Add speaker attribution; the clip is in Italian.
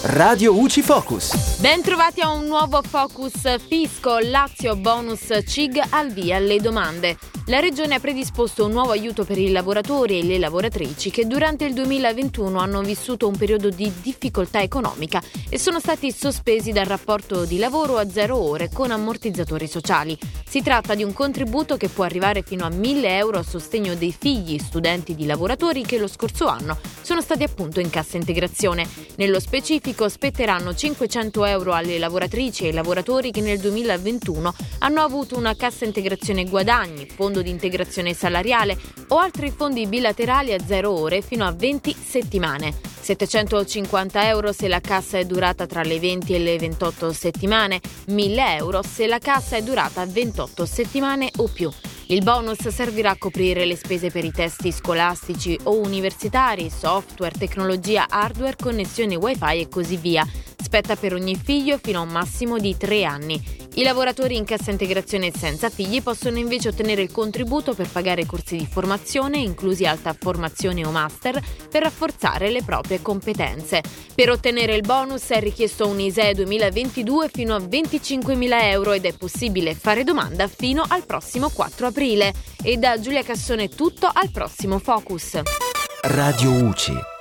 Speaker 1: Radio UCI Focus.
Speaker 2: Ben trovati a un nuovo Focus Fisco. Lazio bonus CIG al via le domande. La Regione ha predisposto un nuovo aiuto per i lavoratori e le lavoratrici che durante il 2021 hanno vissuto un periodo di difficoltà economica e sono stati sospesi dal rapporto di lavoro a 0 ore con ammortizzatori sociali. Si tratta di un contributo che può arrivare fino a 1.000 euro a sostegno dei figli studenti di lavoratori che lo scorso anno sono stati appunto in cassa integrazione. Nello specifico spetteranno 500 euro alle lavoratrici e ai lavoratori che nel 2021 hanno avuto una cassa integrazione guadagni, fondo di integrazione salariale o altri fondi bilaterali a 0 ore fino a 20 settimane. 750 euro se la cassa è durata tra le 20 e le 28 settimane, 1.000 euro se la cassa è durata 28 settimane o più. Il bonus servirà a coprire le spese per i testi scolastici o universitari, software, tecnologia, hardware, connessione wifi e così via. Spetta per ogni figlio fino a un massimo di 3 anni. I lavoratori in cassa integrazione senza figli possono invece ottenere il contributo per pagare corsi di formazione, inclusi alta formazione o master, per rafforzare le proprie competenze. Per ottenere il bonus è richiesto un ISEE 2022 fino a 25.000 euro ed è possibile fare domanda fino al prossimo 4 aprile. E da Giulia Cassone è tutto, al prossimo Focus.
Speaker 1: Radio UCI.